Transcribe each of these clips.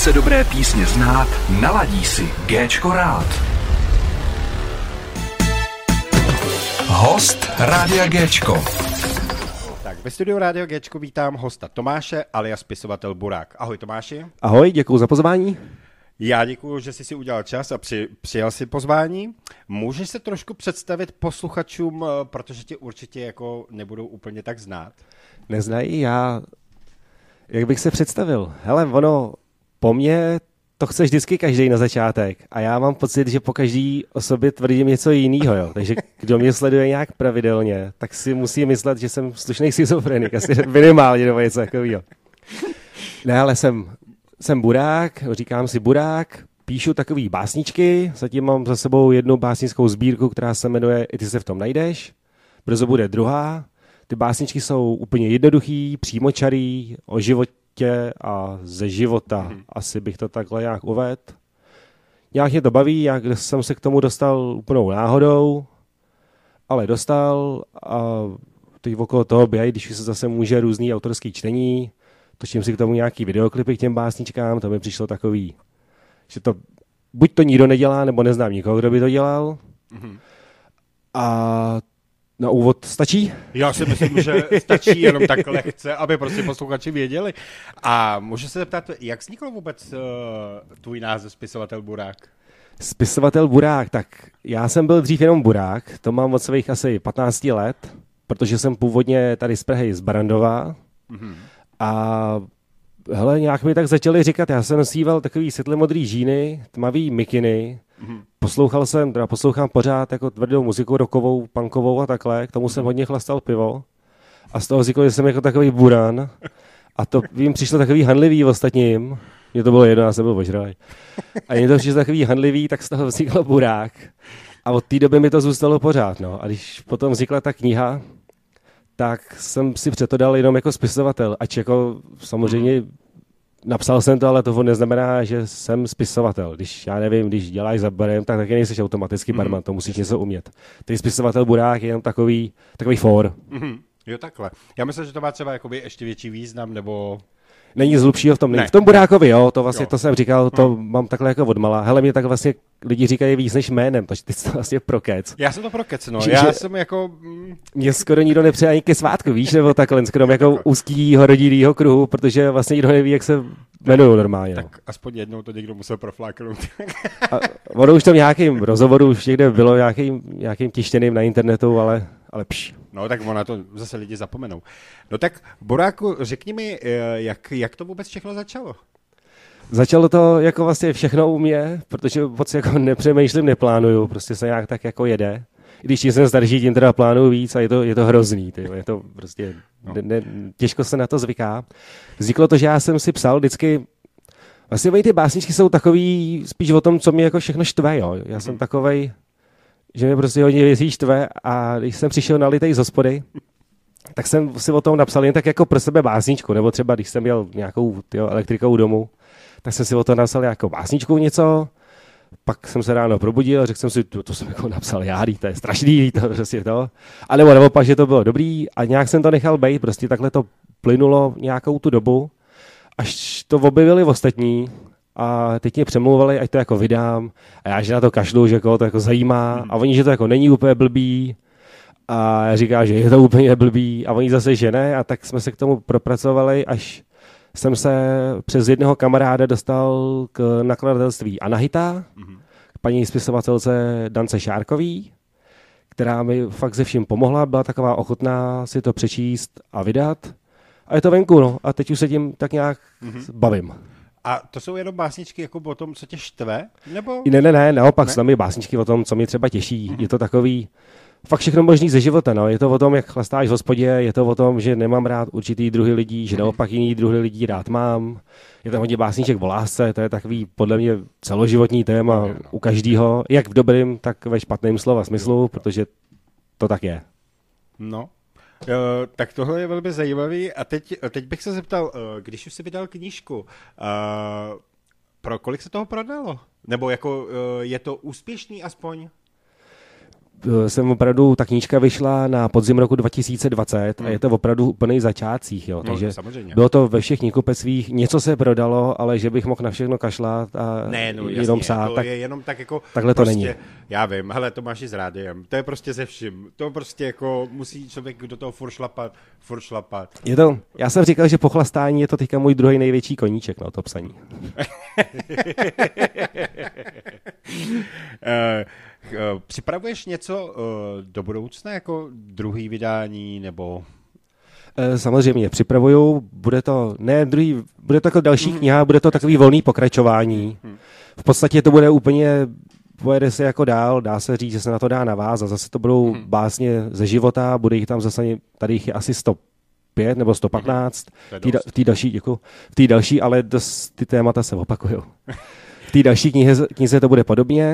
Chce dobré písně znát, naladí si Géčko rád. Host Rádia Géčko. Tak ve studiu Rádio Géčko vítám hosta Tomáše alias spisovatel Burák. Ahoj Tomáši. Ahoj, děkuji za pozvání. Já děkuji, že jsi si udělal čas a přijal si pozvání. Můžeš se trošku představit posluchačům, protože tě určitě jako nebudou úplně tak znát. Neznají, jak bych se představil? Hele, po mně to chce vždycky každý na začátek a já mám pocit, že po každý o sobě tvrdím něco jiného, jo. Takže kdo mě sleduje nějak pravidelně, tak si musí myslet, že jsem slušný schizofrenik, asi minimálně nebo něco takového. Ne, ale jsem Burák, říkám si Burák, píšu takový básničky, zatím mám za sebou jednu básnickou sbírku, která se jmenuje I ty se v tom najdeš, brzo bude druhá. Ty básničky jsou úplně jednoduchý, přímočarý, o životě a ze života. Asi bych to takhle nějak uvedl. Nějak mě to baví, jak jsem se k tomu dostal úplnou náhodou, ale dostal a teď okolo toho běhají, když se zase může různý autorský čtení, točím si k tomu nějaký videoklipy k těm básničkám, to mi přišlo takový, že to buď to nikdo nedělá, nebo neznám nikoho, kdo by to dělal. A na úvod stačí? Já si myslím, že stačí jenom tak lehce, aby prostě posluchači věděli. A můžu se zeptat, jak vznikl vůbec tvůj název spisovatel Burák? Spisovatel Burák, tak já jsem byl dřív jenom Burák, to mám od svých asi 15 let, protože jsem původně tady z Prahy, z Barandova. A hele, nějak mi tak začali říkat, já jsem nosíval takový světle-modrý džíny, tmavý mikiny, poslouchám pořád jako tvrdou muziku rockovou, punkovou a takhle, k tomu jsem hodně chlastal pivo a z toho vzniklo, že jsem jako takový buran a to jim přišlo takový handlivý ostatním, mně to bylo jedno, já jsem byl ožralý. A jim to přišlo takový handlivý, tak z toho vznikl Burák a od té doby mi to zůstalo pořád, no. A když potom vznikla ta kniha, tak jsem si přeto dal jenom jako spisovatel, ač jako samozřejmě napsal jsem to, ale to neznamená, že jsem spisovatel. Když děláš za barem, tak taky nejseš automaticky barman, to musíš něco umět. Ty spisovatel Burák je jenom takový fór. Jo, takhle. Já myslím, že to má třeba jakoby ještě větší význam, nebo... Není nic hlubšího v tom. Ne. V tom Burákovi, jo, to vlastně, to jsem říkal, to mám takhle jako odmala. Hele, mě tak vlastně lidi říkají víc než jménem, takže ty jsi to vlastně prokec. Já jsem to prokec, no. Já jsem jako... Mě skoro nikdo nepřeje ani ke svátku, víš, nebo takhle, skoro jako úzkýho rodinného kruhu, protože vlastně nikdo neví, jak se jmenují normálně. Tak aspoň jednou to někdo musel profláknout. A ono už tam nějakým rozhovoru už někde bylo nějakým tištěným na internetu, ale pš. No tak ona to zase lidi zapomenou. No tak Buráku, řekni mi, jak to vůbec všechno začalo? Začalo to jako vlastně všechno u mě, protože moc jako nepřemýšlím, neplánuju, prostě se nějak tak jako jede. Když jsem starší, tím teda plánuju víc a je to hrozný, je to prostě, těžko se na to zvyká. Vzniklo to, že já jsem si psal vždycky, vlastně ty básničky jsou takový spíš o tom, co mě jako všechno štve, jo. Já jsem takovej, že mě prostě hodně věcí štve a když jsem přišel nalitej z hospody, tak jsem si o tom napsal jen tak jako pro sebe básničku, nebo třeba když jsem měl nějakou elektrikou domů, tak jsem si o tom napsal jako básničku něco, pak jsem se ráno probudil a řekl jsem si, to jsem jako napsal já, to je strašný, to prostě to. A nebo naopak, že to bylo dobrý a nějak jsem to nechal bejt, prostě takhle to plynulo nějakou tu dobu, až to objevili ostatní a teď mě přemlouvali, ať to jako vydám a já, že na to kašlu, že koho to jako zajímá a oni, že to jako není úplně blbý a já říkám, že je to úplně blbý a oni zase, že ne a tak jsme se k tomu propracovali, až jsem se přes jednoho kamaráda dostal k nakladatelství Anahita, k paní spisovatelce Dance Šárkový, která mi fakt se vším pomohla, byla taková ochotná si to přečíst a vydat. A je to venku, no. A teď už se tím tak nějak bavím. A to jsou jenom básničky jako o tom, co tě štve? Nebo... Ne, naopak jsou tam i básničky o tom, co mě třeba těší. Je to takový fakt všechno možný ze života, no. Je to o tom, jak chlastáš v hospodě, je to o tom, že nemám rád určitý druhy lidí, že naopak jiný druhy lidí rád mám. Je tam hodně básníček o lásce, to je takový podle mě celoživotní téma u každého, jak v dobrým, tak ve špatném slova smyslu, protože to tak je. No, tak tohle je velmi zajímavý a teď bych se zeptal, když už jsi vydal knížku, pro kolik se toho prodalo? Nebo jako je to úspěšný aspoň? jsem opravdu, ta knížka vyšla na podzim roku 2020 a je to opravdu úplnej začátcích, jo. Takže samozřejmě. bylo to ve všech knihkupectvích, něco se prodalo, ale že bych mohl na všechno kašlat a jenom psát, to tak je jenom tak jako takhle prostě, to není. Já vím, hele, to máš i s rádiem, to je prostě ze vším, to prostě jako musí člověk do toho furt šlapat. Je to, já jsem říkal, že po chlastání je to teďka můj druhý největší koníček, no, to psaní. Připravuješ něco do budoucna, jako druhý vydání, nebo... Samozřejmě, připravuju, bude to jako další kniha, bude to takový volný pokračování. V podstatě to bude úplně, pojede se jako dál, dá se říct, že se na to dá navázat. Zase to budou básně ze života, bude jich tam zase, tady jich je asi 105 nebo 115. V té další, ale ty témata se opakujou. V té další knize to bude podobně.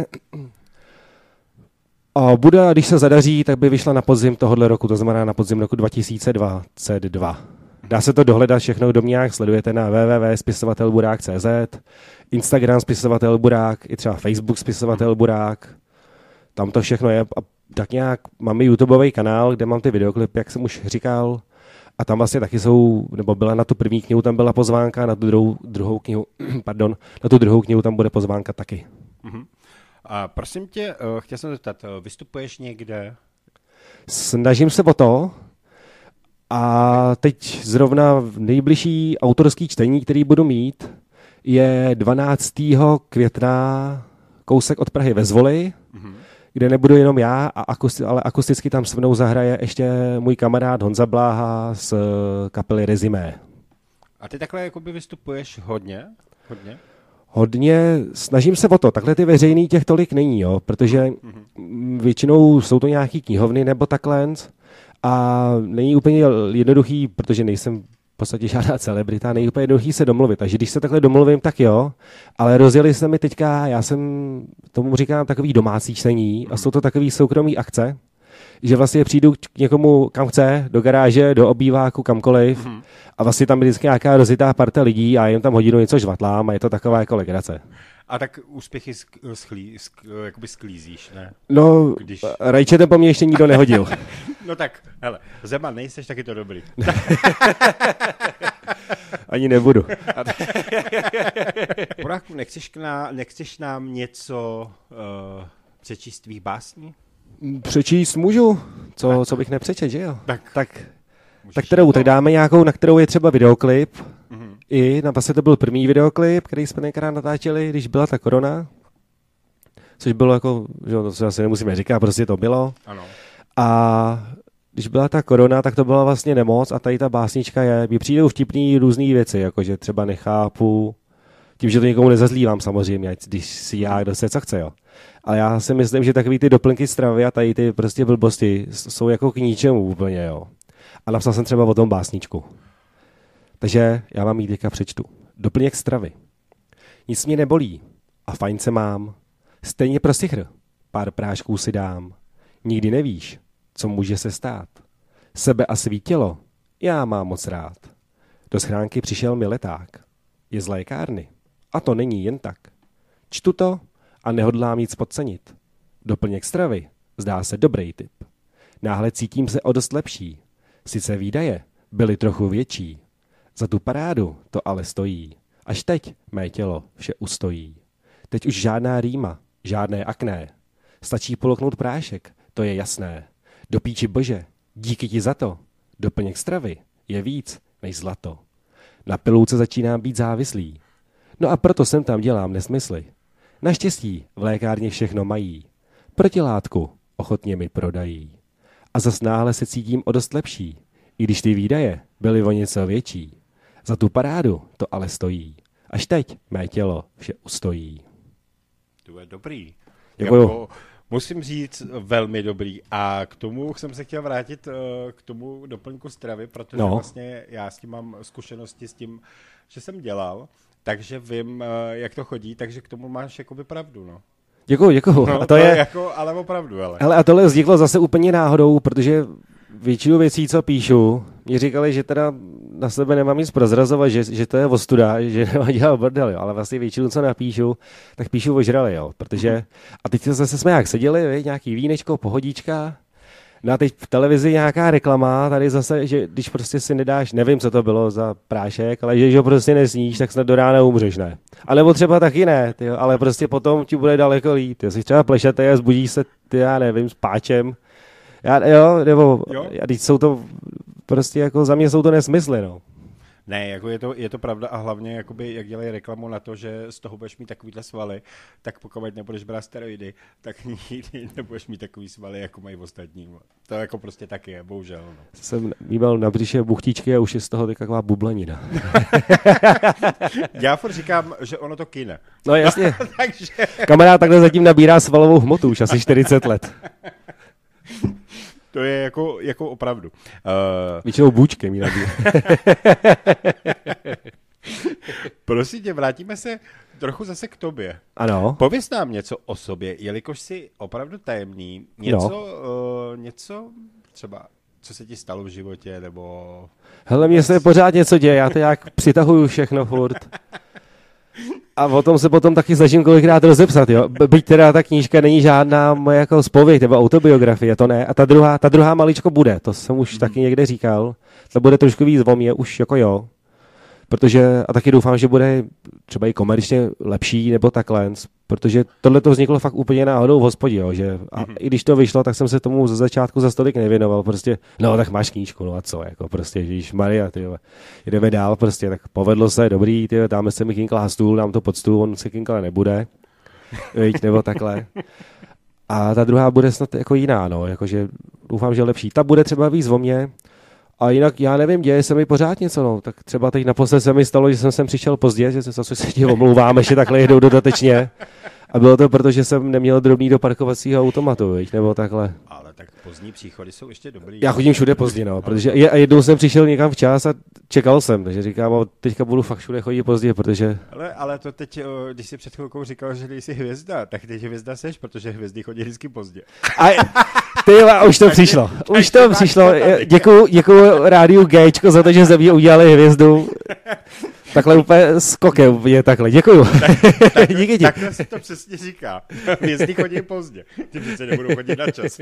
A bude, když se zadaří, tak by vyšla na podzim tohohle roku, to znamená na podzim roku 2022. Dá se to dohledat všechno, kdo mě nějak sledujete na www.spisovatelburák.cz, Instagram spisovatel Burák, i třeba Facebook spisovatel Burák. Tam to všechno je. A tak nějak máme YouTubeový kanál, kde mám ty videoklipy, jak jsem už říkal. A tam vlastně taky jsou, nebo byla na tu první knihu, tam byla pozvánka, na tu druhou knihu, na tu druhou knihu tam bude pozvánka taky. A prosím tě, chtěl jsem zeptat, vystupuješ někde? Snažím se o to a teď zrovna nejbližší autorský čtení, který budu mít, je 12. května kousek od Prahy ve Zvoli, kde nebudu jenom já, ale akusticky tam se mnou zahraje ještě můj kamarád Honza Bláha z kapely Rezimé. A ty takhle jakoby vystupuješ hodně? Hodně, snažím se o to, takhle ty veřejný těch tolik není, jo, protože většinou jsou to nějaký knihovny nebo takhle a není úplně jednoduchý, protože nejsem v podstatě žádná celebrita, není úplně jednoduchý se domluvit, takže když se takhle domluvím, tak jo, ale rozjeli se mi teďka, já jsem tomu říkám takový domácí čtení a jsou to takový soukromý akce, že vlastně přijdu k někomu, kam chce, do garáže, do obýváku, kamkoliv a vlastně tam je vždycky nějaká rozjetá parta lidí a jim tam hodinu něco žvatlám a je to taková jako legrace. A tak úspěchy jakoby sklízíš, ne? No, rajčete po mně ještě nikdo nehodil. No tak, hele, Zeman, nejseš taky to dobrý. Ani nebudu. Boráku, nechceš nám něco přečíst tvých básní? Přečíst můžu. Co bych nepřečet, že jo? Tak kterou? Tak dáme nějakou, na kterou je třeba videoklip. I na to byl první videoklip, který jsme tenkrát natáčeli, když byla ta korona. Což bylo jako, že to se asi nemusíme říkat, prostě to bylo. Ano. A když byla ta korona, tak to byla vlastně nemoc a tady ta básnička mi přijdou vtipný různý věci, jakože třeba nechápu, tím, že to někomu nezazlívám samozřejmě, když si já, kdo se co chce, jo. Ale já si myslím, že takový ty doplňky stravy a tady ty prostě blbosti jsou jako k ničemu úplně, jo. A napsal jsem třeba o tom básničku. Takže já vám ji teďka přečtu. Doplněk stravy. Nic mě nebolí a fajn se mám. Stejně pro sichr. Pár prášků si dám. Nikdy nevíš, co může se stát. Sebe a svý tělo já mám moc rád. Do schránky přišel mi leták. Je z lékárny. A to není jen tak. Čtu to a nehodlám nic podcenit. Doplněk stravy zdá se dobrý tip. Náhle cítím se o dost lepší. Sice výdaje byly trochu větší. Za tu parádu to ale stojí. Až teď mé tělo vše ustojí. Teď už žádná rýma, žádné akné. Stačí poloknout prášek, to je jasné. Do píči bože, díky ti za to. Doplněk stravy je víc než zlato. Na pilulce začínám být závislý. No a proto sem tam dělám nesmysly. Naštěstí v lékárně všechno mají. Protilátku ochotně mi prodají. A zas náhle se cítím o dost lepší, i když ty výdaje byly o něco větší. Za tu parádu to ale stojí. Až teď mé tělo vše ustojí. To je dobrý. Jako, musím říct, velmi dobrý. A k tomu jsem se chtěl vrátit, k tomu doplňku stravy, protože vlastně já s tím mám zkušenosti s tím, že jsem dělal, takže vím, jak to chodí, takže k tomu máš jakoby pravdu, no. Děkuju. No, a to je jako, ale opravdu, ale. Hele, a tohle vzniklo zase úplně náhodou, protože většinu věcí, co píšu, mi říkali, že teda na sebe nemám nic prozrazovat, že to je ostuda, že nemám dělat bordel, jo. Ale vlastně většinu, co napíšu, tak píšu ožrali, jo. Protože, a teď zase jsme jak seděli, nějaký vínečko, pohodička, no a teď v televizi nějaká reklama, tady zase, že když prostě si nedáš, nevím, co to bylo za prášek, ale že ho prostě nesníš, tak snad do rána umřeš, ne? A nebo třeba taky ne, tyjo, ale prostě potom ti bude daleko líp. Ty jsi třeba plešatý a zbudíš se, ty já nevím, s páčem. A teď jsou to prostě jako za mě jsou to nesmysly, no. Ne, jako je to pravda a hlavně, jakoby, jak dělají reklamu na to, že z toho budeš mít takovýhle svaly, tak pokud nebudeš brát steroidy, tak nikdy nebudeš mít takový svaly, jako mají ostatní. To jako prostě taky je, bohužel. No. Jsem míval na břiše buchtičky a už je z toho taková bublenina. Já furt říkám, že ono to kyne. No jasně. Takže... Kamarád takhle zatím nabírá svalovou hmotu už asi 40 let. To je jako opravdu. Většinou bůčkem ji nabírá. Prosím tě, vrátíme se trochu zase k tobě. Ano. Pověz nám něco o sobě, jelikož jsi opravdu tajemný. Něco třeba, co se ti stalo v životě, nebo... Hele, mně se pořád něco děje, já to jak přitahuju všechno furt. A o tom se potom taky snažím kolikrát rozepsat, jo. Byť teda ta knížka není žádná moje jako zpověď nebo autobiografie, to ne. A ta druhá maličko bude, to jsem už taky někde říkal. To bude trošku víc o mě, už jako jo. Protože, a taky doufám, že bude třeba i komerčně lepší nebo takhle, protože tohle to vzniklo fakt úplně náhodou v hospodě, jo, že a i když to vyšlo, tak jsem se tomu ze začátku za stolik nevěnoval, prostě, no tak máš knížku, no a co, jako prostě, ježišmarja, tyjo, jdeme dál, prostě, tak povedlo se, dobrý, tyjo, dáme se mi kinklá stůl, dám to pod stůl, on se kinkle nebude, víš, nebo takhle. A ta druhá bude snad jako jiná, no, jakože doufám, že lepší. Ta bude třeba víc o mě. A jinak, já nevím, děje se mi pořád něco, no. Tak třeba teď naposled se mi stalo, že jsem sem přišel pozdě, že zase se ti omlouvám, ještě takhle jedou dodatečně. A bylo to proto, že jsem neměl drobný do parkovacího automatu, viď? Nebo takhle. Ale tak pozdní příchody jsou ještě dobrý. Já chodím všude pozdě, no, protože jednou jsem přišel někam včas a čekal jsem, takže říkám, teďka budu fakt všude chodit pozdě, protože... Ale to teď, když jsi před chvilkou říkal, že nejsi hvězda, tak teď hvězda seš, protože hvězdy chodí vždycky pozdě. Už to přišlo. Už to přišlo. Děkuju rádiu Géčko za to, že ze mě udělali hvězdu. Takhle úplně skokem je takhle. Děkuju. Díky ti. Takhle se to přesně říká. Hvězdy chodí pozdě. Ty přece nebudou chodit na čas.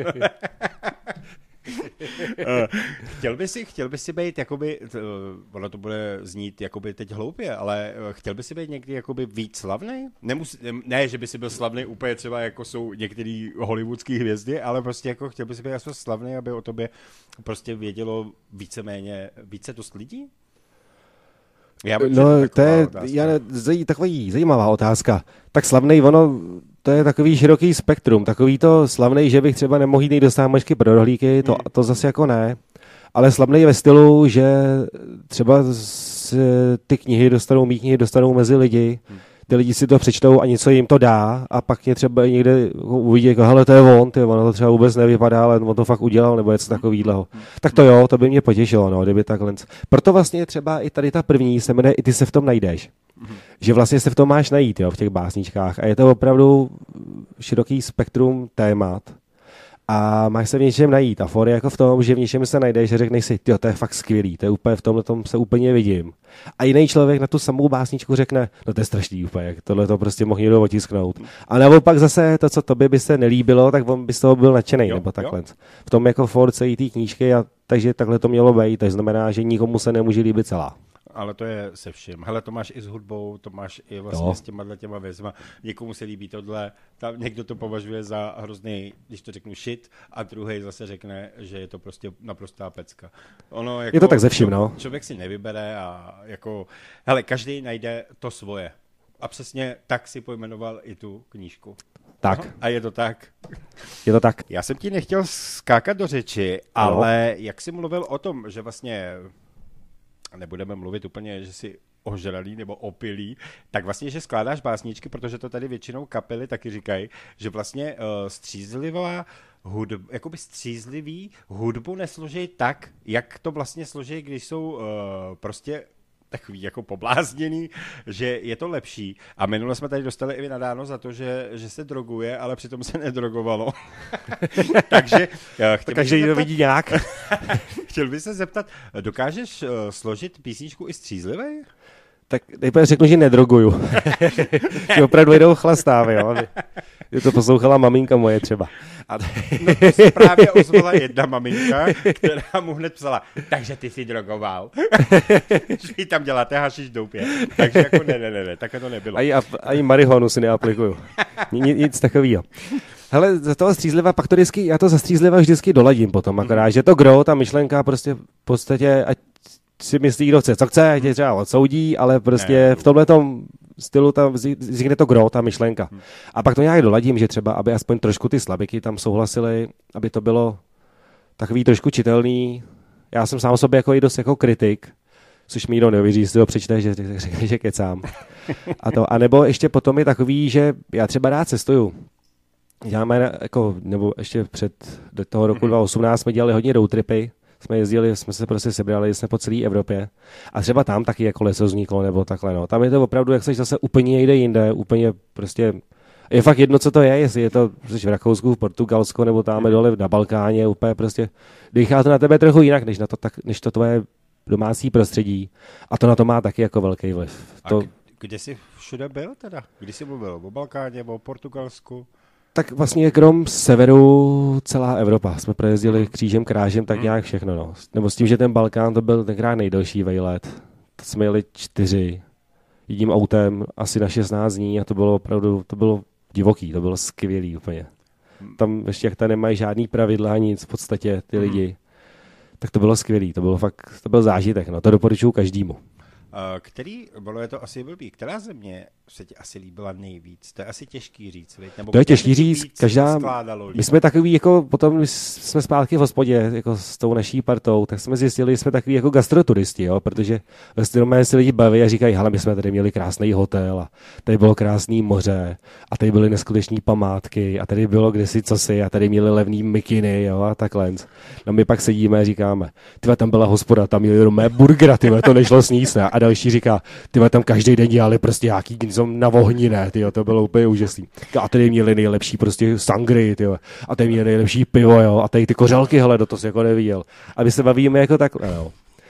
Chtěl by si být, jakoby, ono to bude znít jakoby teď hloupě, ale chtěl by si být někdy jakoby víc slavný? Ne, že by si byl slavný úplně třeba jako jsou některý hollywoodský hvězdy, ale prostě jako chtěl by si být jako slavný, aby o tobě prostě vědělo více dost lidí? To je takový zajímavá otázka. Tak slavný, ono, to je takový široký spektrum, takový to slavný, že bych třeba nemohl jít do sámočky pro rohlíky, to zase jako ne. Ale slavný ve stylu, že třeba ty knihy mý knihy dostanou mezi lidi, ty lidi si to přečtou a něco jim to dá a pak mě třeba někde uvidí, jako hele, to je on, ono to třeba vůbec nevypadá, ale on to fakt udělal, nebo něco takovýhleho. Tak to jo, to by mě potěšilo, no, kdyby takhle. Proto vlastně třeba i tady ta první se jmenuje I ty se v tom najdeš. Že vlastně se v tom máš najít, jo, v těch básničkách a je to opravdu široký spektrum témat. A máš se v něčem najít. A for je jako v tom, že v něčem se najdeš, že řekneš si, to je fakt skvělý, to je úplně v tomhle tom se úplně vidím. A jiný člověk na tu samou básničku řekne, no to je strašný úplně, jak tohle to prostě mohl někdo otisknout. A naopak zase to, co tobě by se nelíbilo, tak on by z toho byl nadšený, nebo takhle. V tom jako for celý té knížky, takže takhle to mělo být, to znamená, že nikomu se nemůže líbit celá. Ale to je se vším. Hele, to máš i s hudbou, to máš i vlastně s těma věcma. Někomu se líbí tohle, někdo to považuje za hrozný, když to řeknu shit, a druhý zase řekne, že je to prostě naprostá pecka. Ono, jako, je to tak ze vším, no. Člověk si nevybere a jako, hele, každý najde to svoje. A přesně tak si pojmenoval i tu knížku. Tak. Aha, a je to tak. Je to tak. Já jsem ti nechtěl skákat do řeči, ale jak jsi mluvil o tom, že vlastně nebudeme mluvit úplně, že jsi ožralý nebo opilý, tak vlastně, že skládáš básničky, protože to tady většinou kapely taky říkají, že vlastně střízlivý hudbu nesloží tak, jak to vlastně složí, když jsou prostě takový jako poblázněný, že je to lepší. A minule jsme tady dostali i nadáno za to, že se droguje, ale přitom se nedrogovalo. Takže každý to vidí nějak. Chtěl bych se zeptat, dokážeš složit písničku i střízlivej? Tak nejprve řeknu, že nedroguju. Že opravdu jdou chlastávy, jo. Je to poslouchala maminka moje třeba. No to se právě ozvala jedna maminka, která mu hned psala, takže ty jsi drogoval. Že jí tam děláte hašiš doupě. Takže jako ne, takhle to nebylo. Ani marihuanu si neaplikuju. Nic takového. Hele, za toho střízliva, pak to vždycky, já to za střízliva vždycky doladím potom, akorát, že to gro, ta myšlenka prostě v podstatě, ať si myslí, kdo chce, co chce, ať je třeba odsoudí, ale prostě v tomhletom stylu tam vznikne to gro, ta myšlenka. A pak to nějak doladím, že třeba, aby aspoň trošku ty slabiky tam souhlasily, aby to bylo takový trošku čitelný. Já jsem sám sobě jako i dost jako kritik, což mi nikdo neuvěří, jestli to přečte, že řekne, že kecám. A nebo ještě potom je takový, že já třeba rád cestuju. Děláme jako, nebo ještě před do toho roku 2018 jsme dělali hodně road tripy, jsme jezdili, jsme se prostě sebrali, jsme po celé Evropě a třeba tam taky jako leso vzniklo nebo takhle, no. Tam je to opravdu, jak seš zase úplně někde jinde, úplně prostě, je fakt jedno, co to je, jestli je to v Rakousku, v Portugalsku nebo tam dole na Balkáně, úplně prostě, dýchá to na tebe trochu jinak, než to tvoje domácí prostředí a to na to má taky jako velký vliv. Kde jsi všude byl teda? Kdy jsi mluvil? O Balkáně, o Portugalsku? Tak vlastně krom severu celá Evropa. Jsme projezdili křížem, krážem, tak nějak všechno. No. Nebo s tím, že ten Balkán to byl tenkrát nejdelší vejlet. To jsme jeli 4 jedním autem asi na 16 dní a to bylo opravdu, to bylo divoký, to bylo skvělý úplně. Tam ještě jak tam nemají žádný pravidla, nic v podstatě ty lidi. Tak to bylo skvělý, to byl zážitek, no. To doporučuju každému. Bylo je to asi blbý, která země se ti asi líbila nejvíc? To je asi těžký říct, viď? Nebo to je těžký říct, my jsme takový, jako potom jsme zpátky v hospodě, jako s tou naší partou, tak jsme zjistili, že jsme takový jako gastroturisti, jo, protože vlastně si lidi baví a říkají, hele, my jsme tady měli krásný hotel a tady bylo krásný moře a tady byly neskuteční památky a tady bylo kdesi cosi a tady měli levný mikiny, jo, a takhle. No my pak sedíme a říkáme, tyhle tam byla hospoda, tam měli mé burgera, tyhle to nešlo sníst, ne? A další říká, tyhle tam každý den dělali prostě nějaký na vohni, ne, tyjo, to bylo úplně úžasný. A tady měli nejlepší prostě sangry, tyjo, a tady měli nejlepší pivo, jo, a tady ty kořalky, hele, to jsi jako neviděl. A my se bavíme jako takhle, jo.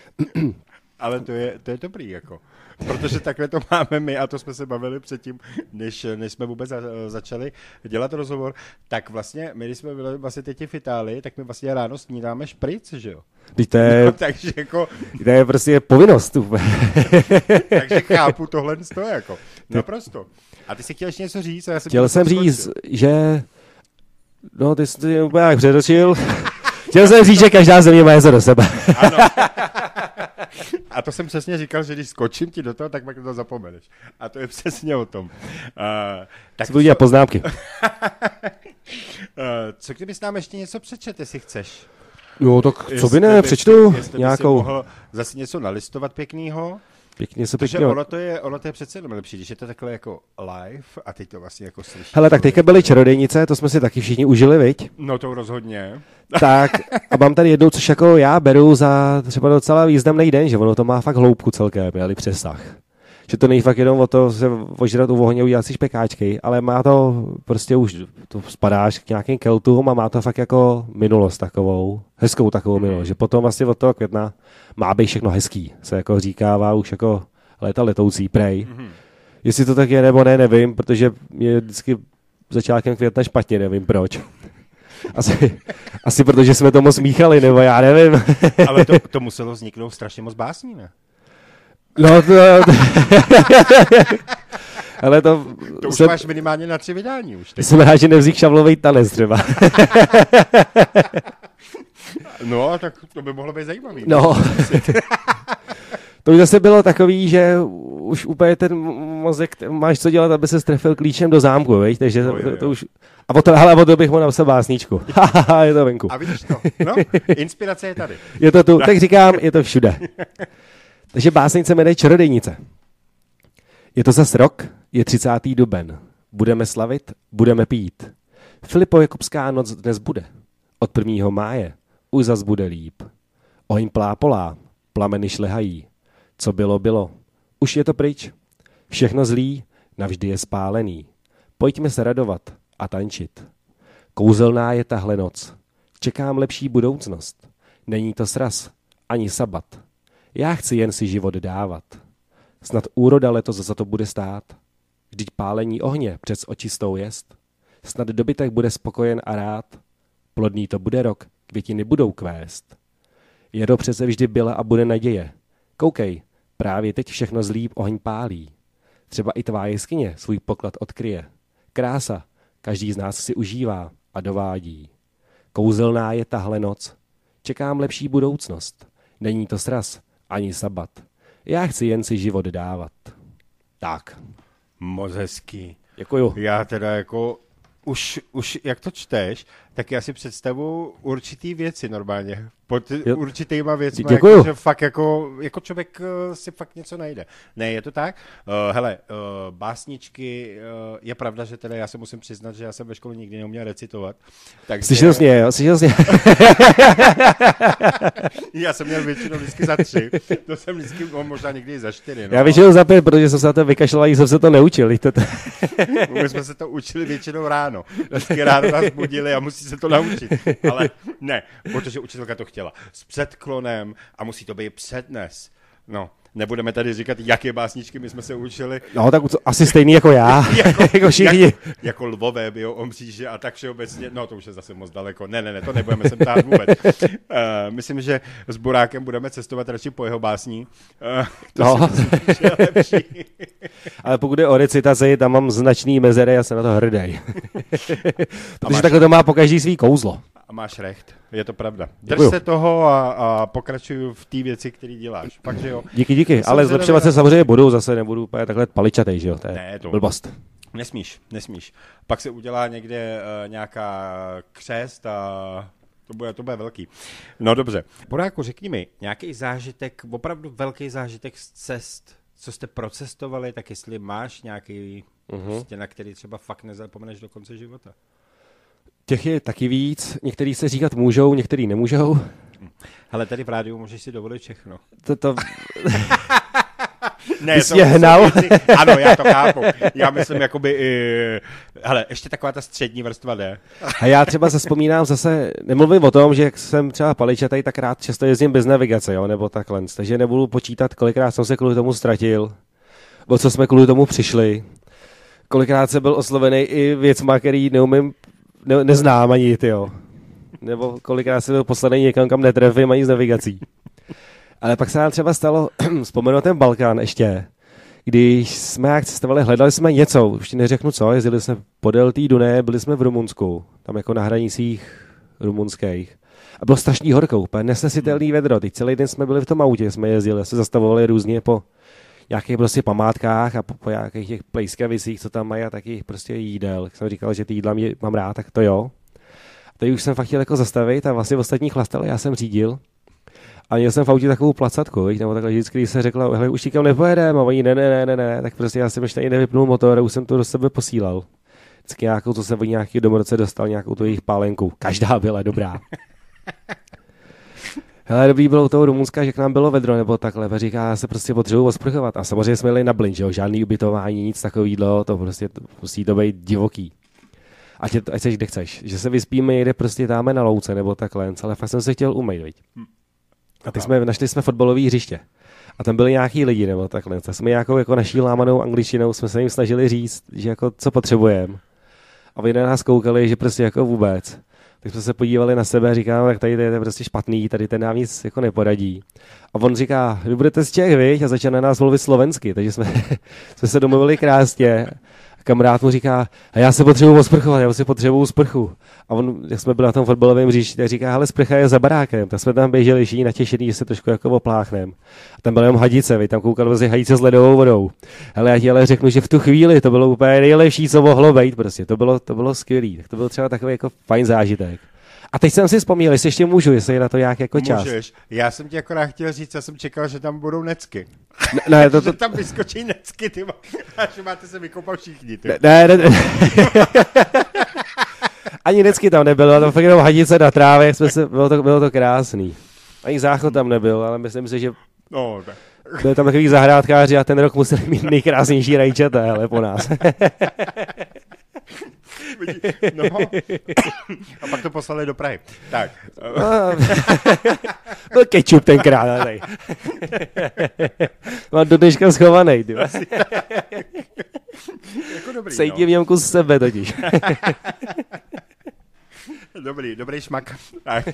Ale to je dobrý, jako. Protože takhle to máme my a to jsme se bavili předtím, než jsme vůbec začali dělat rozhovor, tak vlastně my, když jsme byli vlastně teď v Itálii, tak my vlastně ráno snídáme špric, že jo? Takže jako... To je prostě povinnost. Takže chápu tohle z toho, jako. Naprosto. A ty jsi chtěl ještě něco říct? Chtěl jsem říct, že... No, ty jsi úplně jak předočil. Chtěl jsem říct, že každá země má něco do sebe. Ano. A to jsem přesně říkal, že když skočím ti do toho, tak pak to zapomeneš. A to je přesně o tom. Tak budu dělat poznámky. Co kdybys nám ještě něco přečet, jestli chceš? Jo, tak co by ne, přečtu nějakou. Mohl zase něco nalistovat pěknýho. Pěkně se pěkně. Ono to je přece jenom lepší, když je to takhle jako live a teď to vlastně jako slyšíš. Hele, tak teďka byly čarodějnice, to jsme si taky všichni užili, viď? No to rozhodně. Tak a mám tady jednou, což jako já beru za třeba docela významný den, že ono to má fakt hloubku celkem, ale přesah. Že to není fakt jenom o to se ožrat u ohně, udělat si špekáčky, ale má to prostě už, to spadáš k nějakým keltům a má to fakt jako minulost takovou, hezkou takovou minulost, že potom vlastně od toho května má být všechno hezký, se jako říkává už jako léta letoucí, prej. Jestli to tak je nebo ne, nevím, protože je vždycky začátkem května špatně, nevím proč. Asi protože jsme to moc míchali, nebo já nevím. Ale to muselo vzniknout strašně moc básní, ne? No ale to už máš minimálně na 3 vydání už. Jsem rád, že nevznik Šavlovej tanec třeba. No, tak to by mohlo být zajímavý. No. To už zase bylo takový, že už úplně ten mozek máš co dělat, aby se strefil klíčem do zámku, veď? Takže to už... A o to bych mohl napsat básničku. Je to venku. A vidíš to? No, inspirace je tady. Je to tu, tak říkám, je to všude. Takže básnice jmenuje Čarodějnice. Je to zas rok, je 30. duben. Budeme slavit, budeme pít. Filipo-Jakubská noc dnes bude. Od 1. máje už zas bude líp. Oheň plápolá, plameny šlehají. Co bylo, bylo. Už je to pryč. Všechno zlý navždy je spálený. Pojďme se radovat a tančit. Kouzelná je tahle noc. Čekám lepší budoucnost. Není to sraz, ani sabat. Já chci jen si život dávat. Snad úroda letos za to bude stát. Vždyť pálení ohně přes očistou jest. Snad dobytek bude spokojen a rád. Plodný to bude rok, květiny budou kvést. Jaro přece vždy byla a bude naděje. Koukej, právě teď všechno zlý oheň pálí. Třeba i tvá jeskyně svůj poklad odkryje. Krása, každý z nás si užívá a dovádí. Kouzelná je tahle noc. Čekám lepší budoucnost. Není to sraz, ani sabat. Já chci jen si život dávat. Tak. Moc hezký. Děkuju. Já teda jako už jak to čteš, tak já si představuji určitý věci normálně. Pod určitýma věcma, jako, že fakt jako člověk si fakt něco najde. Ne, je to tak? Hele, básničky, je pravda, že teda já se musím přiznat, že já jsem ve škole nikdy neuměl recitovat. Takže... Slyšel jsi mě, jo? Slyšel jsi mě. Já jsem měl většinou vždycky za 3. To jsem vždycky možná někdy i za 4. No. Já většinou za 5, protože jsem se na to vykašlal a jsem se to neučil. My jsme se to učili většinou ráno. Vždycky ráno nás budili a musí se to naučit. Ale ne, protože učitelka to chtěla. S předklonem a musí to být přednes. No, nebudeme tady říkat, jaké básničky my jsme se učili. No, tak asi stejný jako já. Jako všichni. Jako Lvové, Omříže a tak všeobecně. No, to už je zase moc daleko. Ne, to nebudeme sem tát vůbec. Myslím, že s Burákem budeme cestovat radši po jeho básní. To si myslím, že je lepší. Ale pokud je o recitaci, tam mám značný mezery, já jsem na to hrdý. Protože takhle to má po každý svý kouzlo. A máš recht, je to pravda. Drž se toho a pokračuj v té věci, které děláš. Pak, že jo. Díky, ale zlepšovat se samozřejmě budou, zase nebudu úplně takhle paličatej, že jo, to je blbost. Nesmíš. Pak se udělá někde nějaká křest a to bude velký. No dobře. Boráku, řekni mi, nějaký zážitek, opravdu velký zážitek z cest, co jste procestovali, tak jestli máš nějaký, prostě, na který třeba fakt nezapomeneš do konce života. Těch je taky víc, některý se říkat můžou, některý nemůžou. Hele, tady v rádiu můžeš si dovolit všechno. Ne, jsi mě hnal. Ano, já to chápu. Já myslím, jakoby, hele, ještě taková ta střední vrstva jde. A já třeba vzpomínám zase, nemluvím o tom, že jak jsem třeba paličatej, tak rád často jezdím bez navigace, jo, nebo takhle. Takže nebudu počítat, kolikrát jsem se kvůli tomu ztratil, o co jsme kvůli tomu přišli. Kolikrát jsem byl oslovený i věcma, který neznám ani, tyjo. Nebo kolikrát jsem byl poslaný někam, kam netrefím ani s navigací. Ale pak se nám třeba stalo, vzpomenu ten Balkán ještě, když jsme jak cestovali, hledali jsme něco, už ti neřeknu co, jezdili jsme podél té Dunaje, byli jsme v Rumunsku, tam jako na hranicích rumunských. A bylo strašný horko, úplně nesnesitelný vedro, teď celý den jsme byli v tom autě, jsme jezdili, se zastavovali různě po nějakých prostě památkách a po nějakých těch plejskavicích, co tam mají a taky prostě jídel. Jak jsem říkal, že ty jídla mám rád, tak to jo. A teď už jsem fakt chtěl jako zastavit a vlastně ostatní chlastali, já jsem řídil. A měl jsem v autě takovou placatku, nebo takhle vždycky, když se řekla, hele, už nikam nepojedeme, a oni ne, tak prostě já jsem ještě ani nevypnul motor a už jsem to do sebe posílal. Vždycky nějakou, co jsem od nějaký domorodce dostal, nějakou tu jejich pálenku. Každá byla dobrá. Hele, dobrý bylo u toho Rumunska, že k nám bylo vedro, nebo takhle, a říká, já se prostě potřebuji osprchovat. A samozřejmě jsme jeli na blin, že jo, žádný ubytování, nic takovýhle, to prostě musí to být divoký. Ať seš kde chceš, že se vyspíme někde prostě dáme na louce, nebo takhle, ale fakt jsem se chtěl umýt, viď. A teď našli jsme fotbalové hřiště. A tam byli nějaký lidi, nebo takhle. Tak jsme nějakou jako naší lámanou angličtinou jsme se jim snažili říct, že jako co potřebujeme. A oni na nás koukali, že prostě jako vůbec. Tak jsme se podívali na sebe a říkáme, tak tady to je prostě špatný, tady ten nám nic jako neporadí. A on říká, vy budete z Čech, viď? A začal na nás mluvit slovensky, takže jsme se domluvili krásně. Kamarád mu říká, a já se potřebuji osprchovat, já si potřebuji sprchu. A on, jak jsme byli na tom fotbalovém hřišti, tak říká, hele, sprcha je za barákem. Tak jsme tam běželi všichni natěšený, že se trošku jako opláchnem. A tam byla jenom hadice, vy tam koukal vlastně hadice s ledovou vodou. Hele, já ti ale řeknu, že v tu chvíli to bylo úplně nejlepší, co mohlo být, prostě. To bylo skvělý. Tak to byl třeba takový jako fajn zážitek. A teď jsem si vzpomněl, jestli ještě můžu, jestli je na to nějak jako čas. Můžeš. Já jsem ti akorát chtěl říct, já jsem čekal, že tam budou necky. Ne, že tam vyskočí necky, ty a že máte se vykopat všichni, ty. Ne. Ani necky tam nebylo, tam fakt jenom hadice na trávě, bylo to krásný. Ani záchod tam nebyl, ale myslím si, že Byli tam takový zahrádkáři a ten rok museli mít nejkrásnější rajčata, ale po nás. No. A pak to poslali do Prahy. Tak. Byl kečup tenkrát. Tady. Mám do dneška schovanej. Jako dobrý, Sejdi v něm kus sebe totiž. Dobrý šmak. Tak.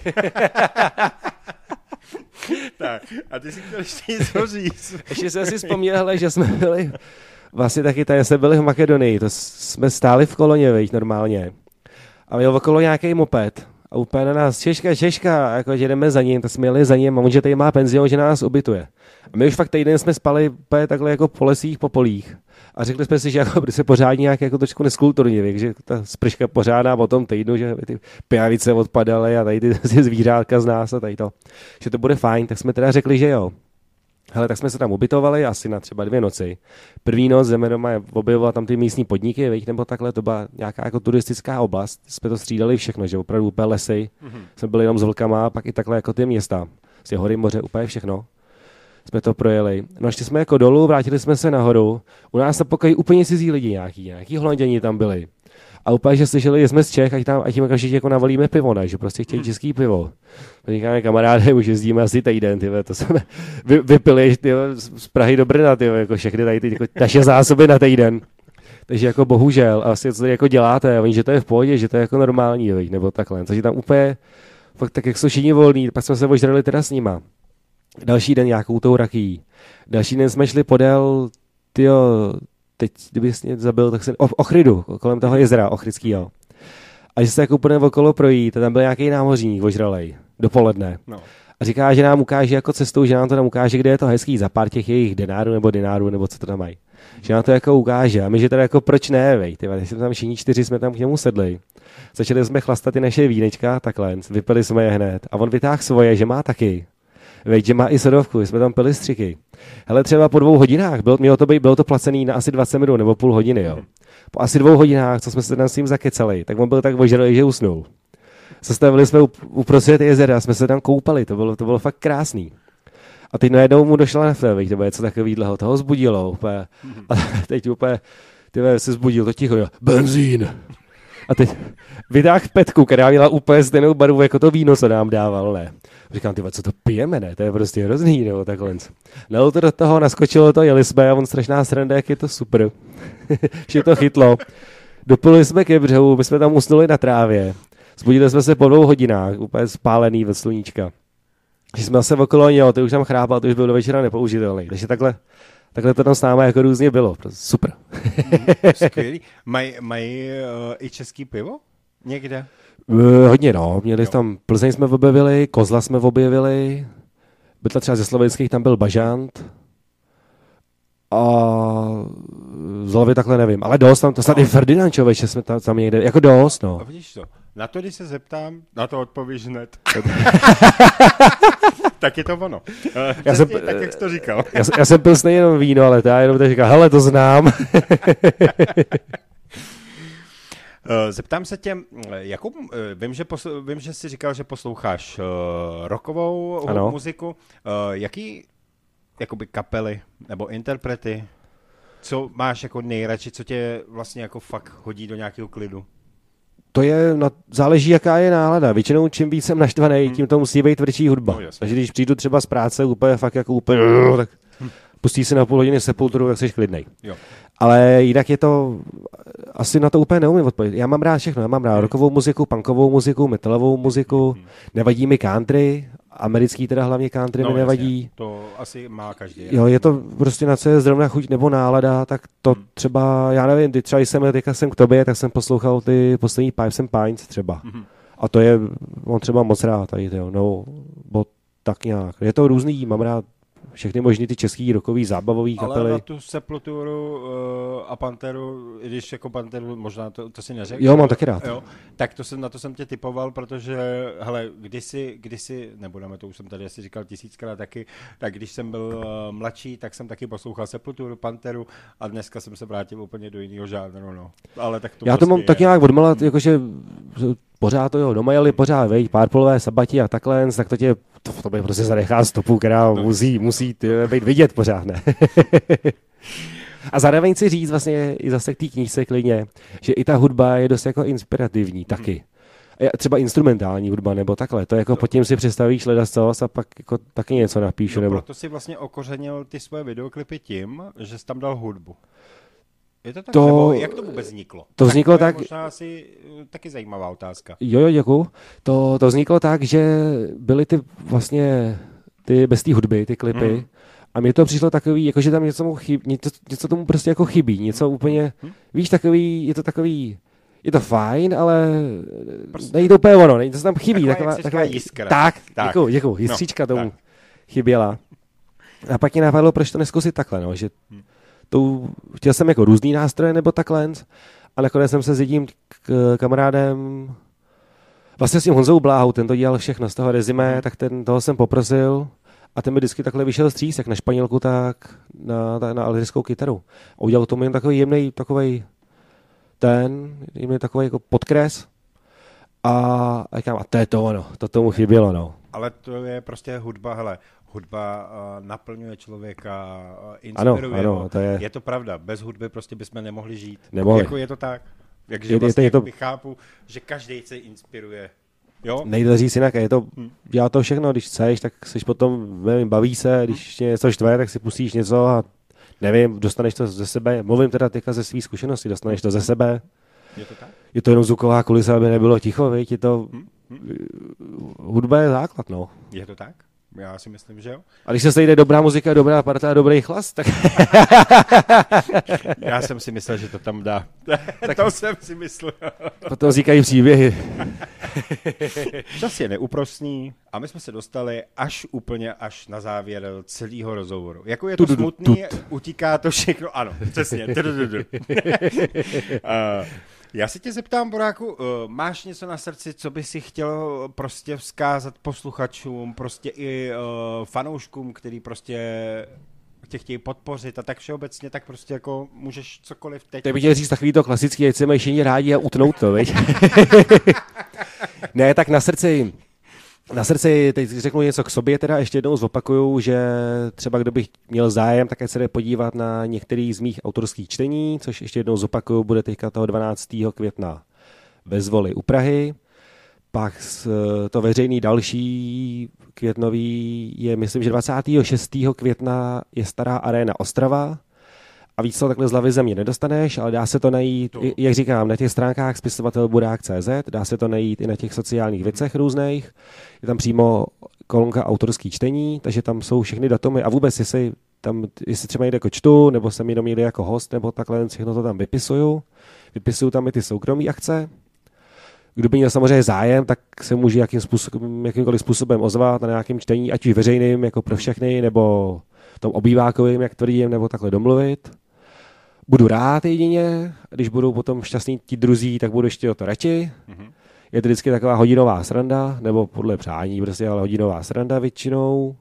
Tak. A ty si chtěl ještě něco říct. Ještě jsem si vzpomněl, že jsme byli, vlastně taky tady jsme byli v Makedonii, to jsme stáli v koloně, veď, normálně. A měl okolo nějaký moped. A úplně na nás, Češka, jako, že jdeme za ním, tak jsme jeli za ním a on, že tady má penzion, že nás ubytuje. A my už fakt týden jsme spali úplně takhle jako po lesích, po polích. A řekli jsme si, že jako se pořádně nějak jako trošku neskulturně, že ta sprška pořádá po tom týdnu, že ty pijavice odpadaly a tady ty zvířátka z nás a tady to. Že to bude fajn, tak jsme teda řekli, že jo. Hele, tak jsme se tam ubytovali asi na třeba 2 noci. První noc jdeme doma objevovat tam ty místní podniky, veď, nebo takhle, to byla nějaká jako turistická oblast. Jsme to střídali všechno, že opravdu úplně lesy. Jsme byli jenom s vlkama, pak i takhle jako ty města. Z hory, moře, úplně všechno. Jsme to projeli. No a šli jsme jako dolů, vrátili jsme se nahoru. U nás na pokoji úplně cizí lidi nějaký Holanděni tam byli. A úplně, že slyšeli, že jsme z Čech, ať jim každý jako navolíme pivo, ne? Že prostě chtějí český pivo. Říkáme, kamaráde, už jezdíme asi týden, to jsme vypili z Prahy do Brna, jako všechny tady ty jako naše zásoby na týden. Takže jako bohužel, asi co tady jako děláte, oni, že to je v pohodě, že to je jako normální, nebo takhle. Takže tam úplně, fakt tak jak jsou všichni volní, pak jsme se ožrali teda s nima. Další den nějakou tou rakí. Další den jsme šli podél, teď, kdyby jsi mě zabil, tak se Ochrydu, kolem toho jezera Ochryckýho. A že se jako úplně okolo projít, a tam byl nějaký námořník ožralej, dopoledne. No. A říká, že nám ukáže jako cestou, že nám to tam ukáže, kde je to hezký, za pár těch jejich dinárů, nebo co to tam mají. Že nám to jako ukáže. A my, že teda jako proč ne, vej, jsme tam všichni 4 jsme tam k němu sedli. Začali jsme chlastat ty naše vínečka, takhle, vypili jsme je hned. A on vytáhl svoje, že má taky. Veď, že má i sodovku, jsme tam pili střiky. Hele, třeba po 2 hodinách, bylo to placený na asi 20 minut nebo půl hodiny, jo. Po asi 2 hodinách, co jsme se tam s ním zakecali, tak on byl tak ožralý, že usnul. Zastavili jsme uprostřed jezera, jsme se tam koupali, to bylo fakt krásný. A teď najednou mu došla nafta, veď, nebo něco takovýhleho, toho zbudilo úplně. A teď úplně, se zbudil, to ticho, jo, benzín. A teď vytáhl petku, která měla úplně stejnou barvu, jako to víno, co nám dával, ne. Říkám, co to pijeme, ne? To je prostě hrozný, nebo takhle. Nalil to do toho, naskočilo to, jeli jsme a on strašná sranda, jak je to super. Že to chytlo. Dopili jsme ke břehu, my jsme tam usnuli na trávě. Zbudili jsme se po 2 hodinách, úplně spálený ve sluníčka. Že jsme se okolo něho, ty už tam chrápal, to už byl do večera nepoužitelný. Takže takhle to tam s námi jako různě bylo. Prostě super. Skvělý. Mají i český pivo? Někde? Hodně, no. Měli tam, Plzeň jsme objevili, Kozla jsme objevili, byl třeba ze slovenských, tam byl Bažant. A z hlavy takhle nevím, ale dost, tam to snad i Ferdinand Čověče jsme tam někde, jako dost, no. A vidíš to, na to, když se zeptám, na to odpovíš hned. Tak je to ono. Tak, jak jsi to říkal. Já jsem pil jenom víno, ale já jenom tak říkal, hele, to znám. Zeptám se tě, jakou, vím, že jsi říkal, že posloucháš rockovou muziku. Jaký jakoby kapely nebo interprety, co máš jako nejradši, co tě vlastně jako fakt hodí do nějakého klidu? To je, záleží, jaká je nálada. Většinou čím víc jsem naštvaný, tím to musí být tvrdší hudba. No, takže když přijdu třeba z práce úplně fakt jako úplně, tak pustí si na půl hodiny Sepulturu, tak jsi klidnej. Jo. Ale jinak je to, asi na to úplně neumím odpovědět. Já mám rád všechno, já mám rád rockovou muziku, punkovou muziku, metalovou muziku, nevadí mi country, americký teda hlavně country mi nevadí. Jasně, to asi má každý. Jo, je to prostě na co je zrovna chuť nebo nálada, tak to třeba, já nevím, třeba teďka jsem k tobě, tak jsem poslouchal ty poslední Pipes and Pints třeba. A to je, on třeba moc rád tady, no, bo tak nějak. Je to různý, mám rád všechny možný ty český rockový zábavový kapely. Ale na tu Sepulturu a Panteru, i když jako Panteru možná to si neřekl. Jo, mám taky rád. Jo, tak na to jsem tě typoval, protože hele, kdysi, nebudeme, to už jsem tady asi říkal 1000krát taky, tak když jsem byl mladší, tak jsem taky poslouchal Sepulturu, Panteru a dneska jsem se vrátil úplně do jiného žánru, no. Ale tak to já to mám tak nějak odmala, jakože pořád to jo, doma jeli pořád, Purple, Sabati a takhle, tak to v tobě prostě zanechá stopu, která musí být vidět pořád, ne? A zároveň si říct vlastně i zase k té knížce klidně, že i ta hudba je dost jako inspirativní taky. Třeba instrumentální hudba nebo takhle, to jako pod tím si představíš ledacos a pak jako taky něco napíšu. No, nebo... proto si vlastně okořenil ty svoje videoklipy tím, že jsi tam dal hudbu. Je to tak? Nebo jak to vůbec vzniklo? To vzniklo tak... Možná asi taky zajímavá otázka. Jo, děkuju. To vzniklo tak, že byly ty vlastně ty bez té hudby, ty klipy, a mně to přišlo takový, jako že tam něco tomu prostě jako chybí, něco úplně, víš, takový, je to fajn, ale prostě není to úplně ono, něco tam chybí. Taková jiskra. Tak. Děkuju, jiskřička tomu chyběla. A pak mě napadlo, proč to neskusit takhle, no, že chtěl jsem jako různý nástroje nebo takhle, a nakonec jsem se s jedním kamarádem, vlastně s tím Honzou Bláhou, ten to dělal všechno z toho rezime, tak toho jsem poprosil a ten mi vždycky takhle vyšel vstříc, jak na španělku, tak na alžírskou kytaru. A udělal tomu jen takový jemný, takový jako podkres a říkám, a to je to ono, to tomu chybělo, no. Ale to je prostě hudba, hele, hudba naplňuje člověka, inspiruje ho. To je... Je to pravda, bez hudby prostě bychom nemohli žít. Nemohli. Jako je to tak. Takže vlastně chápu, že každý se inspiruje. Jo? Nejde říct jinak, dělá to všechno, když chceš, tak jsi potom, nevím, baví se, když něco štve, tak si pustíš něco a nevím, dostaneš to ze sebe, mluvím teda teďka ze svých zkušeností, dostaneš to ze sebe. Je to tak? Je to jenom zvuková kulisa, aby nebylo ticho, viď? Je to... Hudba je základ, no. Je to tak? Já si myslím, že jo. A když se sejde dobrá muzika, dobrá parta a dobrý chlas, tak... Já jsem si myslel, že to tam dá. Tak to jsem si myslel. Potom říkají příběhy. Čas je neúprosný a my jsme se dostali až na závěr celého rozhovoru. Jako je to smutný, utíká to všechno. Ano, přesně. Já se tě zeptám, Boráku, máš něco na srdci, co by si chtěl prostě vzkázat posluchačům, prostě i fanouškům, který prostě tě chtějí podpořit a tak všeobecně, tak prostě jako můžeš cokoliv teď. Teď bych chtěl říct takový to klasický, ať se mají všichni rádi a utnout to, viď? Ne, tak na srdci, teď řeknu něco k sobě, teda ještě jednou zopakuju, že třeba kdo bych měl zájem, tak ať se jde podívat na některý z mých autorských čtení, což ještě jednou zopakuju, bude teďka toho 12. května ve Zvoli u Prahy. Pak to veřejný další květnový je, myslím, že 26. května je Stará aréna Ostrava. A víc toho takhle z hlavy země nedostaneš, ale dá se to najít, jak říkám, na těch stránkách spisovatelburák.cz, dá se to najít i na těch sociálních věcech různých. Je tam přímo kolonka autorský čtení, takže tam jsou všechny datumy a vůbec, jestli třeba někde jako čtu, nebo jsem jenom někde jako host, nebo takhle všechno to tam vypisuju. Vypisuju tam i ty soukromé akce. Kdo by měl samozřejmě zájem, tak se může jakýmkoliv způsobem ozvat na nějakém čtení, ať už veřejným, jako pro všechny, nebo tom obývákovým, jak tvrdím, nebo takhle domluvit. Budu rád jedině, když budou potom šťastní ti druzí, tak budu ještě o to radši. Je to vždycky taková hodinová sranda, nebo podle přání prostě, ale hodinová sranda většinou.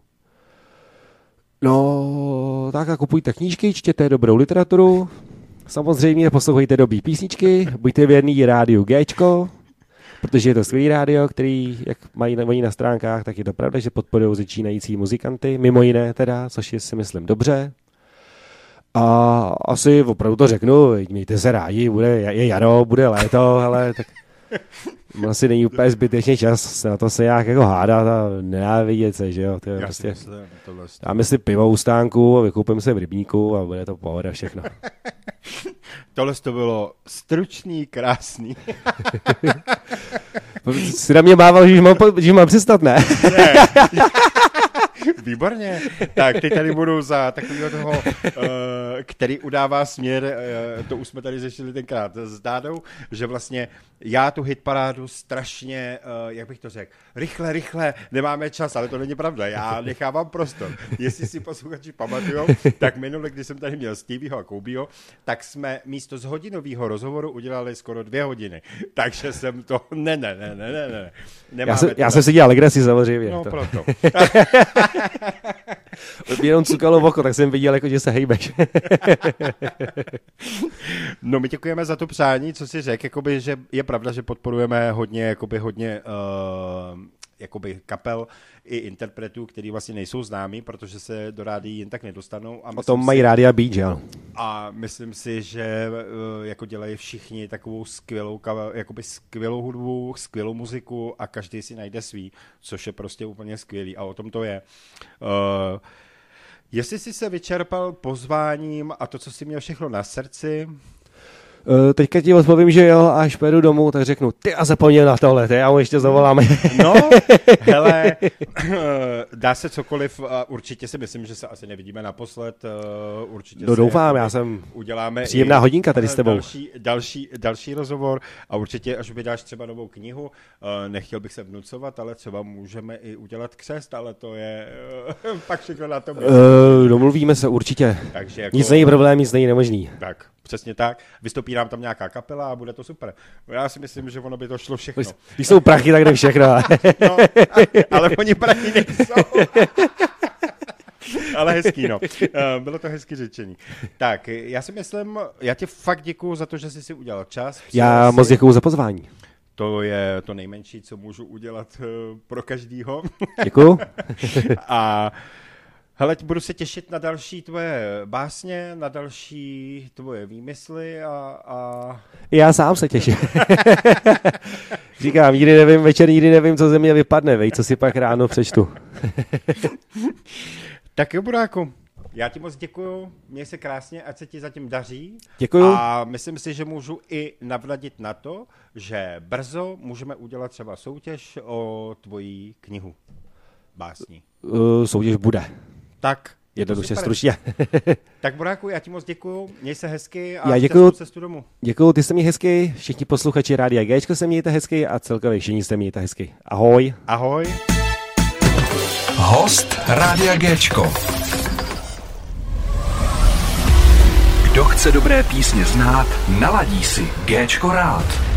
No, tak a kupujte knížky, čtěte dobrou literaturu, samozřejmě poslouchejte dobrý písničky, buďte věrný rádiu Géčko, protože je to skvělý rádio, který, jak mají oni na stránkách, tak je to pravda, že podporují začínající muzikanty, mimo jiné teda, což je si myslím dobře. A asi opravdu to řeknu, mějte se rádi, je jaro, bude léto, ale tak asi není úplně zbytečný čas na to se nějak jako hádat a nenávidět se, že jo. To je prostě, dáme si pivo u stánku a vykoupím se v rybníku a bude to pohoda všechno. Tohle to bylo stručný, krásný. Jsi na mě mával, že mám přestat, ne? Ne. Výborně. Tak teď tady budu za takového toho, který udává směr, to už jsme tady řešili tenkrát s Dádou, že vlastně já tu hitparádu strašně, jak bych to řekl, rychle, nemáme čas, ale to není pravda, já nechávám prostor. Jestli si posluchači pamatujou, tak minule, když jsem tady měl Stevieho a Koubího, tak jsme místo z hodinového rozhovoru udělali skoro 2 hodiny. Takže jsem to, ne. Já jsem si dělal legraci samozřejmě. No, proto. Jenom cukalo v oko, tak jsem viděl, jako, že se hejbeš. No, my děkujeme za to přání, co jsi řekl, jakoby, že je pravda, že podporujeme hodně jakoby kapel i interpretů, který vlastně nejsou známí, protože se do rádií jen tak nedostanou. A o tom mají rádia být, že jo? A myslím si, že jako dělají všichni takovou skvělou hudbu, skvělou muziku a každý si najde svý, což je prostě úplně skvělý a o tom to je. Jestli jsi se vyčerpal pozváním a to, co jsi měl všechno na srdci... Teďka ti odpovím, že jo, až pojedu domů, tak řeknu, ty a zapomněl na tohle, já mu ještě zavolám. No, hele, dá se cokoliv, určitě si myslím, že se asi nevidíme naposled, určitě no doufám, já jsem uděláme příjemná hodinka tady s tebou. Další rozhovor a určitě, až vydáš třeba novou knihu, nechtěl bych se vnucovat, ale třeba můžeme i udělat křest, ale to je pak všechno na tom. Domluvíme se určitě, takže jako, nic není problém, nic není nemožný. Tak. Přesně tak. Vystoupí nám tam nějaká kapela a bude to super. Já si myslím, že ono by to šlo všechno. Když jsou prachy, tak jde všechno. No, ale oni prachy nejsou. Ale hezký, no. Bylo to hezky řečení. Tak, já si myslím, já ti fakt děkuju za to, že jsi si udělal čas. Já moc děkuju za pozvání. To je to nejmenší, co můžu udělat pro každýho. Děkuju. A hele, budu se těšit na další tvoje básně, na další tvoje výmysly a... Já sám se těším. Říkám, nikdy nevím, večer nikdy nevím, co ze mě vypadne, vej, co si pak ráno přečtu. Tak jo, Buráku, já ti moc děkuju, měj se krásně, ať se ti zatím daří. Děkuju. A myslím si, že můžu i navnadit na to, že brzo můžeme udělat třeba soutěž o tvojí knihu básní. Soutěž bude. Tak. Jednoduše stručně. Tak Buráku, já ti moc děkuju, měj se hezky a já děkuju, cestu domů. Děkuju, ty jste mě hezky, všichni posluchači Rádia Géčko se mějte hezky a celkově všichni se mějte hezky. Ahoj. Ahoj. Host Rádia Géčko. Kdo chce dobré písně znát, naladí si Géčko rád.